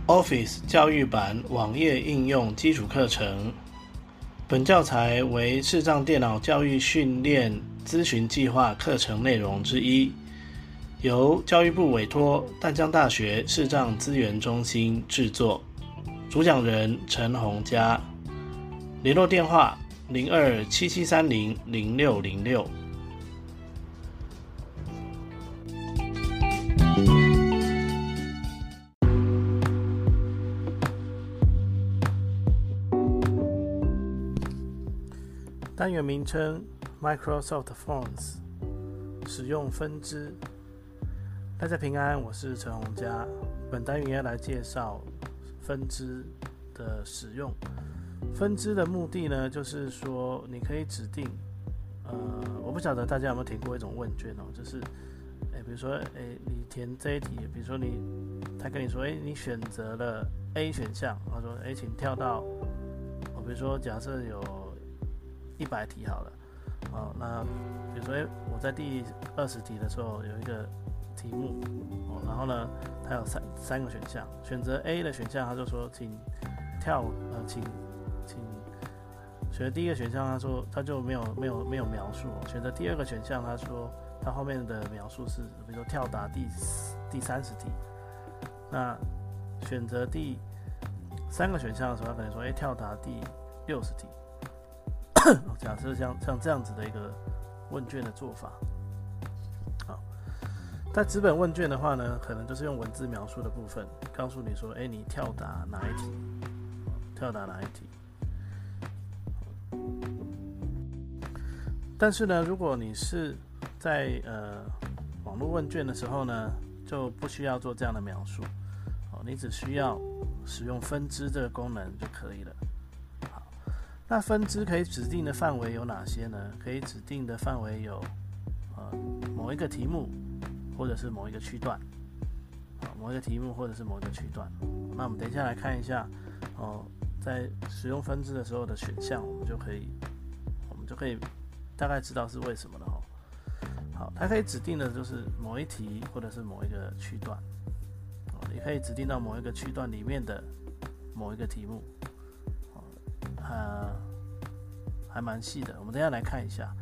Office 教育版网页应用基础课程。本教材为视障电脑教育训练咨询计划课程内容之一，由教育部委托淡江大学视障资源中心制作。主讲人陈宏嘉，联络电话0277300606。单元名称 Microsoft Forms 使用分支。大家平安，我是陈宏嘉。本单元要来介绍分支的使用。分支的目的呢，就是说你可以指定，我不晓得大家有没有填过一种问卷哦，就是，比如说，你填这一题，比如说他跟你说，你选择了 A 选项，他说，请跳到，比如说假设有100题好了，那比如说，我在第20题的时候有一个题目，然后呢，它有三个选项，选择 A 的选项，他就说，请选择第一个选项，他说他就没有描述。选择第二个选项，他说他后面的描述是，比如说跳答第30题。那选择第3个选项的时候，他可能说，跳答第60题。假设像这样子的一个问卷的做法。好，在纸本问卷的话呢，可能就是用文字描述的部分，告诉你说，你跳答哪一题，但是呢，如果你是在网络问卷的时候呢，就不需要做这样的描述，你只需要使用分支这个功能就可以了。好，那分支可以指定的范围有哪些呢？可以指定的范围有某一个题目，或者是某一个区段。那我们等一下来看一下，在使用分支的时候的选项，我们就可以大概知道是为什么了。好，它可以指定的就是某一题或者是某一个区段，也可以指定到某一个区段里面的某一个题目，还蛮细的。我们等一下来看一下，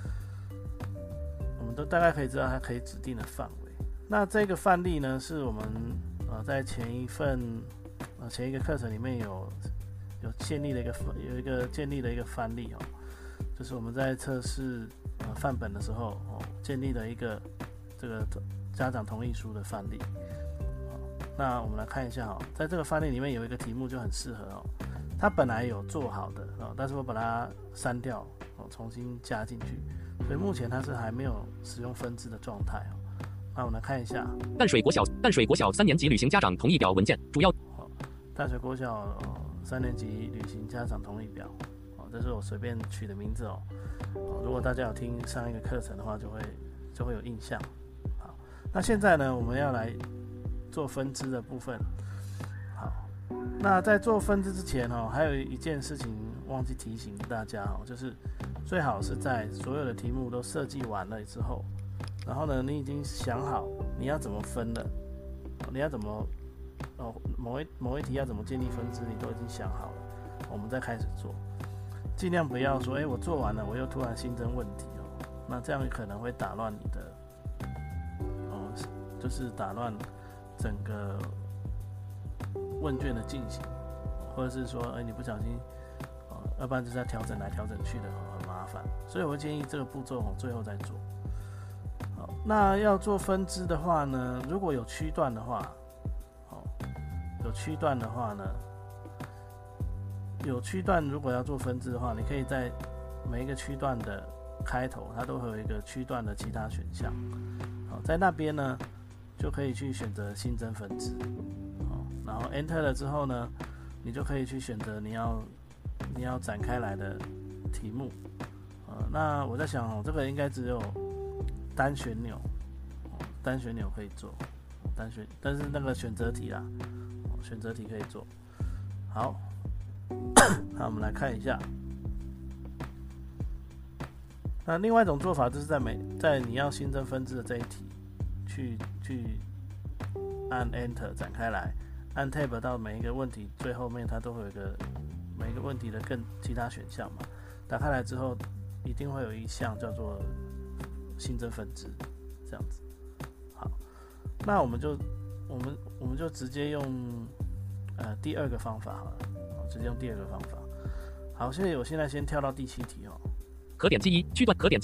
我们都大概可以知道它可以指定的范围。那这个范例呢，是我们在前一个课程里面有建立了一个范例，就是我们在测试范本的时候建立了一个这个家长同意书的范例。那我们来看一下，在这个范例里面有一个题目就很适合，它本来有做好的，但是我把它删掉，重新加进去，所以目前它是还没有使用分支的状态。那我们来看一下淡水国小3年级旅行家长同意表文件主要。 淡水国小3年级旅行家长同意表，这是我随便取的名字哦。如果大家有听上一个课程的话，就会有印象。好，那现在呢，我们要来做分支的部分。好，那在做分支之前还有一件事情忘记提醒大家，就是最好是在所有的题目都设计完了之后，然后呢，你已经想好你要怎么分了，你要怎么某一题要怎么建立分支，你都已经想好了，我们再开始做。尽量不要说，我做完了，我又突然新增问题那这样可能会打乱你的，就是打乱整个问卷的进行，或者是说，你不小心，要不然就是要调整来调整去的，很麻烦。所以我会建议这个步骤最后再做。好，那要做分支的话呢，如果有区段的话，如果要做分支的话，你可以在每一个区段的开头，它都会有一个区段的其他选项。好，在那边呢，就可以去选择新增分支。好，然后 Enter 了之后呢，你就可以去选择你要展开来的题目。那我在想，这个应该只有单旋钮可以做，但是那个选择题啦，选择题可以做。好。那我们来看一下，那另外一种做法就是在你要新增分支的这一题去按 Enter 展开来， 按 Tab 到每一个问题最后面，它都会有每一个问题的其他选项嘛。打开来之后，一定会有一项叫做新增分支，这样子。好，那我们就直接用第二个方法好了，直接用第二个方法。好，我现在先跳到第7题哦。 可点击1区段，可点击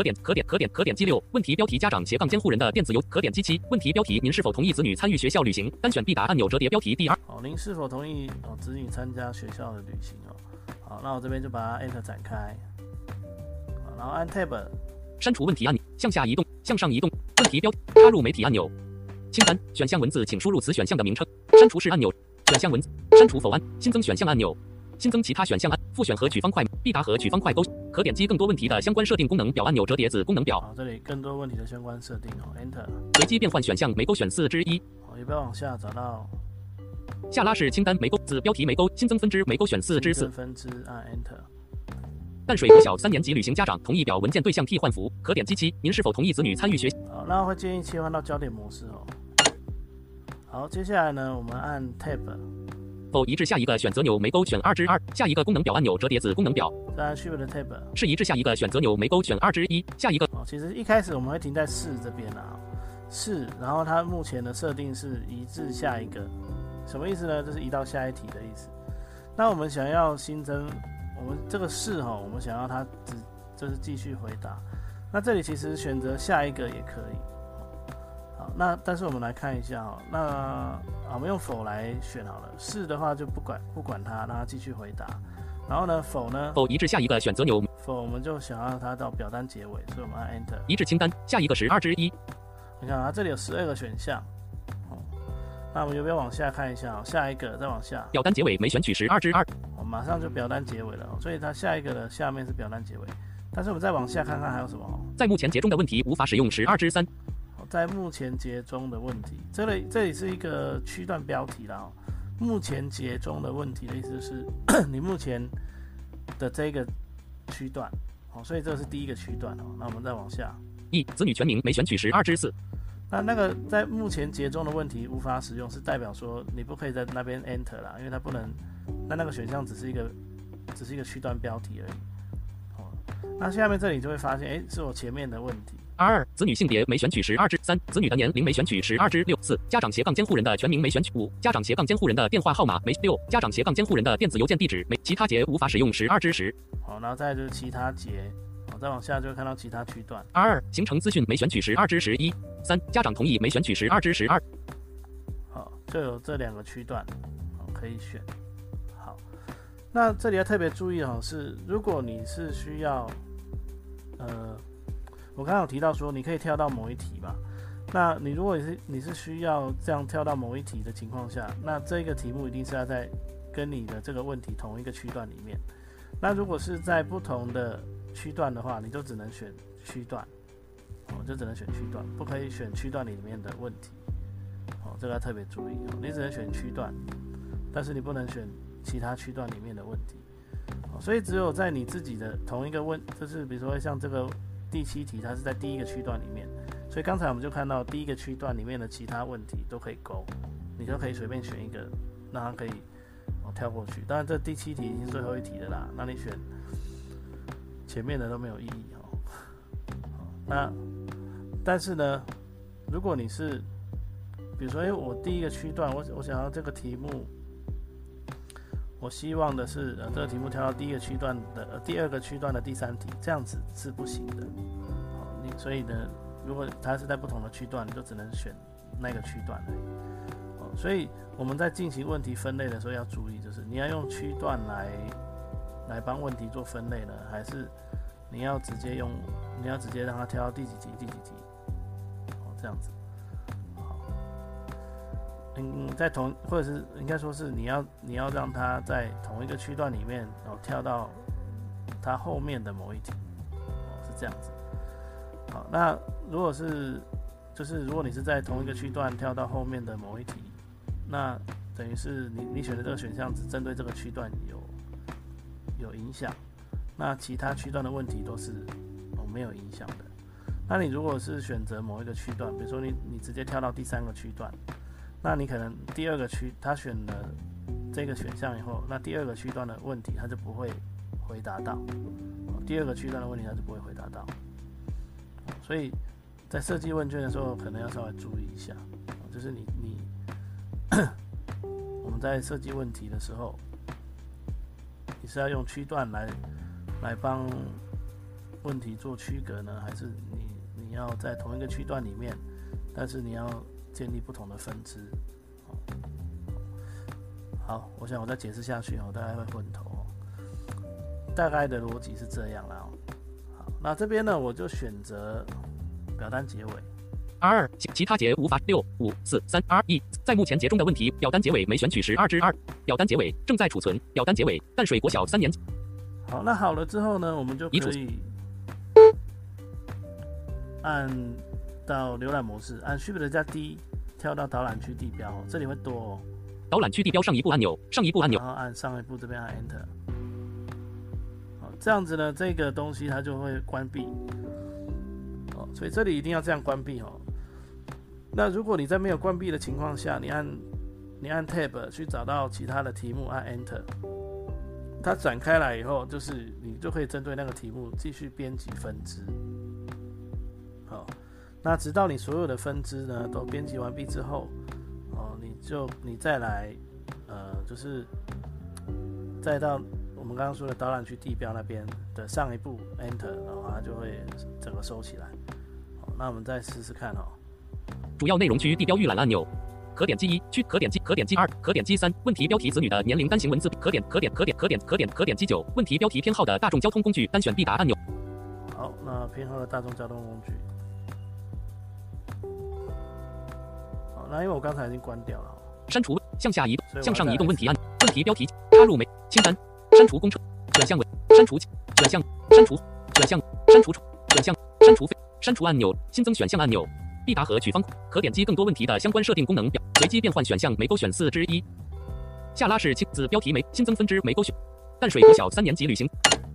6问题标题家长斜杠监护人的电子邮，可点击7问题标题您是否同意子女参与学校旅行？单选必答按钮折叠标题第2。 好，您是否同意子女参加学校的旅行哦？好，那我这边就把它 Enter 展开，好，然后按 Tab 删除问题按钮，向下移动，向上移动，问题标插入媒体按钮，清单选项文字请输入此选项的名称，删除式按钮，选项文字删除否按，新增选项按钮。新增其他选项按复选和取方块必答和取方块勾，可点击更多问题的相关设定功能表按钮折叠子功能表。 好，这里更多问题的相关设定Enter。 随机变换选项没勾选4之1。 好，也不要往下找到下拉式清单没勾子标题没勾新增分支没勾选4之4。 新增分支按 Enter。 淡水国小3年级旅行家长同意表文件对象替换符，可点击7您是否同意子女参与学？ 好，那会建议切换到焦点模式哦。好，接下来呢，我们按 Tab。 否移至下一个选择钮没勾选2之2，下一个功能表按钮折叠子功能表。 再按 Shift 的 Tab。 是移至下一个选择钮没勾选2之1，下一个。 其实一开始我们会停在是这边啊，是，然后它目前的设定是移至下一个，什么意思呢？就是移到下一题的意思。那我们想要新增，我们这个是我们想要它就是继续回答。那这里其实选择下一个也可以。好，那但是我们来看一下那我们用否来选好了，是的话就不管它，让它继续回答。然后呢，否移至下一个选择钮， 否我们就想要它到表单结尾，所以我们按 Enter。 移至清单，下一个12之1。 你看它这里有12个选项，那我们有没有往下看一下下一个再往下， 表单结尾没选取12之2。 马上就表单结尾了所以它下一个的下面是表单结尾。但是我们再往下看看还有什么在目前节中的问题无法使用12之3。 在目前节中的问题，这里是一个区段标题啦目前节中的问题的意思是你目前的这个区段所以这是第一个区段那我们再往下子女全名没选取12之4。 那个在目前节中的问题无法使用，是代表说你不可以在那边 Enter 啦，因为它不能，那个选项只是一个区段标题而已那下面这里就会发现是我前面的问题。 2子女性别没选取12之3，子女的年龄没选取12之6。4家长斜杠监护人的全名没选取。5家长斜杠监护人的电话号码没。6家长斜杠监护人的电子邮件地址没。其他节无法使用12之10。 好，然后再来就是其他节，再往下就会看到其他区段。 2行程资讯没选取12之11。3家长同意没选取12之12。 好，就有这2个区段可以选。好，那这里要特别注意是如果你是需要我刚刚有提到说你可以跳到某一题嘛，那你如果你是需要这样跳到某一题的情况下，那这个题目一定是要在跟你的这个问题同一个区段里面。那如果是在不同的区段的话，你就只能选区段就只能选区段，不可以选区段里面的问题这个要特别注意你只能选区段，但是你不能选其他区段里面的问题所以只有在你自己的同一个就是比如说像这个第7题它是在第一个区段里面，所以刚才我们就看到第一个区段里面的其他问题都可以勾，你就可以随便选一个让它可以跳过去。当然这第7题已经是最后一题的啦，那你选前面的都没有意义那但是呢，如果你是比如说我第一个区段我想要这个题目，我希望的是这个题目跳到第一个区段的第2个区段的第3题，这样子是不行的所以呢，如果它是在不同的区段，你就只能选那个区段而已所以我们在进行问题分类的时候要注意，就是你要用区段来帮问题做分类呢，还是你要直接让它跳到第几题这样子或者是应该说是你要让它在同一个区段里面跳到它后面的某一题是这样子好，那如果你是在同一个区段跳到后面的某一题，那等于是你选的这个选项只针对这个区段有影响，那其他区段的问题都是没有影响的。那你如果是选择某一个区段，比如说你直接跳到第3个区段， 那你可能第二个区他选了这个选项以后，那第二个区段的问题他就不会回答到，第二个区段的问题他就不会回答到，所以在设计问卷的时候可能要稍微注意一下，就是你我们在设计问题的时候，你是要用区段来帮问题做区隔呢，还是你要在同一个区段里面，但是你要建立不同的分支？好，我想我再解释下去大概会昏头大概的逻辑是这样啦好，那这边呢，我就选择表单结尾。 R2 其他节无法6、5、4、3、R1在目前节中的问题，表单结尾没选取时2之2，表单结尾正在储存，表单结尾淡水国小3年级。 好，那好了之后呢，我们就可以按到浏览模式，按 Shift 加 D 跳到导览区地标这里会多导览区地标上一步按钮，上一步按钮， 然后按上一步这边按 Enter。好，这样子呢，这个东西它就会关闭。所以这里一定要这样关闭那如果你在没有关闭的情况下，你按 Tab 去找到其他的题目，按 Enter， 它展开来以后，就是你就可以针对那个题目继续编辑分支。好，那直到你所有的分支呢都编辑完毕之后，你再来就是再到我们刚刚说的导览区地标那边的上一步 Enter， 然后它就会整个收起来。好，那我们再试试看主要内容区地标预览按钮，可点击1区，可点击2，可点击3问题标题子女的年龄单行文字，可点击9问题标题偏好的大众交通工具单选必答按钮。 好，那偏好的大众交通工具。好，那因为我刚才已经关掉了。 删除向下移动向上移动问题按问题标题插入清单删除公车选项删除选项删除选项删除选项删除按钮新增选项按钮必答和取方可点击更多问题的相关设定功能表随机变换选项没勾选4之1下拉式子标题新增分支没勾选淡水国小3年级旅行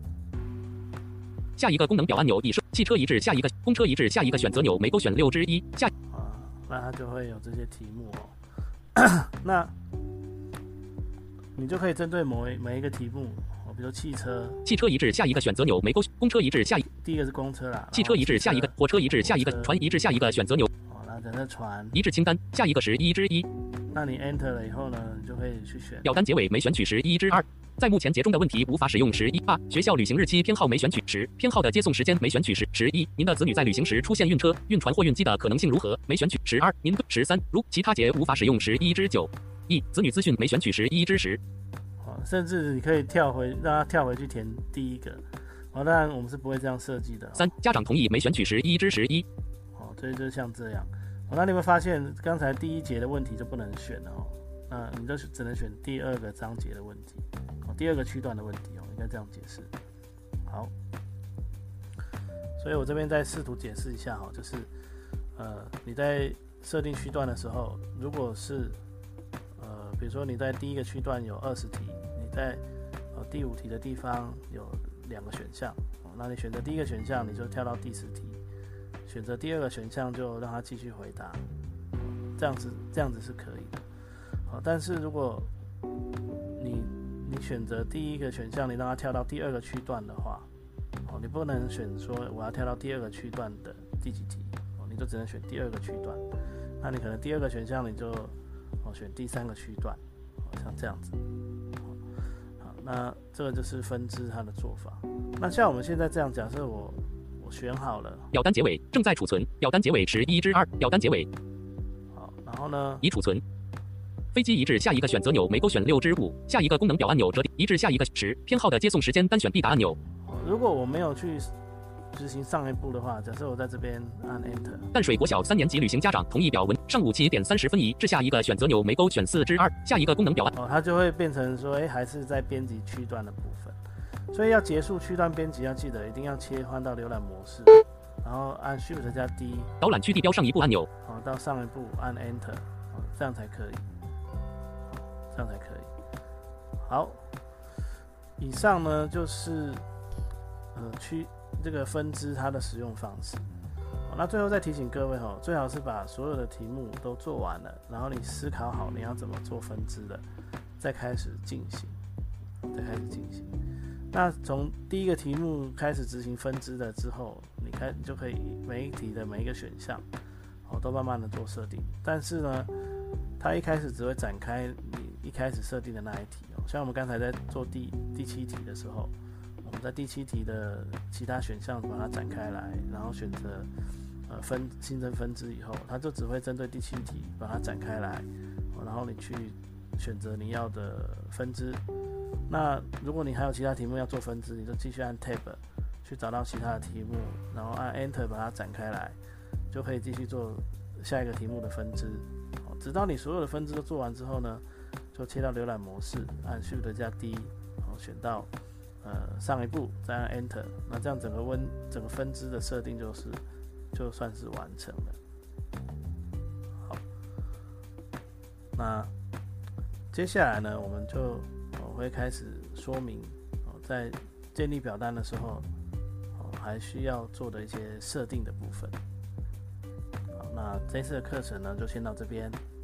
下一个功能表按钮已设汽车移至下一个公车移至下一个选择钮没勾选6之1下那它就会有这些题目那你就可以针对每一个题目比如汽车移至下一个选择钮没勾选公车移至下一第一个是公车啦， 汽车移至下一个火车移至下一个船移至下一个选择钮那等着船移至清单下一个11之1 那你 Enter 了以后呢，你就可以去选表单结尾没选取11之2在目前节中的问题无法使用11学校旅行日期偏好没选取10偏好的接送时间没选取11您的子女在旅行时出现晕车、晕船或晕机的可能性如何没选取12您13如其他节无法使用11之9子女资讯没选取11之10 甚至你可以让他跳回去填第一个当然我们是不会这样设计的 3家长同意没选取11之11 所以就像这样那你有没有发现刚才第一节的问题就不能选了那你就只能选第二个章节的问题第二个区段的问题应该这样解释好所以我这边再试图解释一下就是你在设定区段的时候如果是比如说你在第一个区段有20题你在第5题的地方有2个选项那你选择第一个选项你就跳到第10题选择第二个选项就让他继续回答这样子是可以的但是如果你选择第一个选项你让他跳到第二个区段的话你不能选说我要跳到第二个区段的第几题你就只能选第二个区段那你可能第二个选项你就选第3个区段像这样子好那这个就是分支它的做法那像我们现在这样假设我选好了表单结尾正在储存表单结尾11之2表单结尾好然后呢已储存飞机移至下一个选择钮没勾选6之5下一个功能表按钮折叠移至下一个10偏好的接送时间单选必答按钮如果我没有去执行上一步的话假设我在这边按 Enter 淡水国小3年级旅行家长同意表文上午7点30分移至下一个选择钮没勾选4之2下一个功能表按它就会变成说还是在编辑区段的部分所以要结束区段编辑要记得一定要切换到浏览模式然后按 Shift 加 D 导览区地标上一步按钮到上一步按 Enter 这样才可以好以上呢就是这个分支它的使用方式那最后再提醒各位最好是把所有的题目都做完了，然后你思考好你要怎么做分支的，再开始进行。那从第一个题目开始执行分支了之后，你就可以每一题的每一个选项都慢慢的做设定。但是呢，它一开始只会展开你一开始设定的那一题像我们刚才在做第7题的时候，我们在第7题的其他选项把它展开来，然后选择新增分支以后，它就只会针对第7题把它展开来，然后你去选择你要的分支。那如果你还有其他题目要做分支，你就继续按 Tab 去找到其他的题目，然后按 Enter 把它展开来，就可以继续做下一个题目的分支。直到你所有的分支都做完之后呢，就切到浏览模式，按 Shift 加 D， 选到上一步，再按 Enter。那这样整个分支的设定就算是完成了。好，那接下来呢，我们就会开始说明在建立表单的时候还需要做的一些设定的部分。好，那这次的课程呢就先到这边，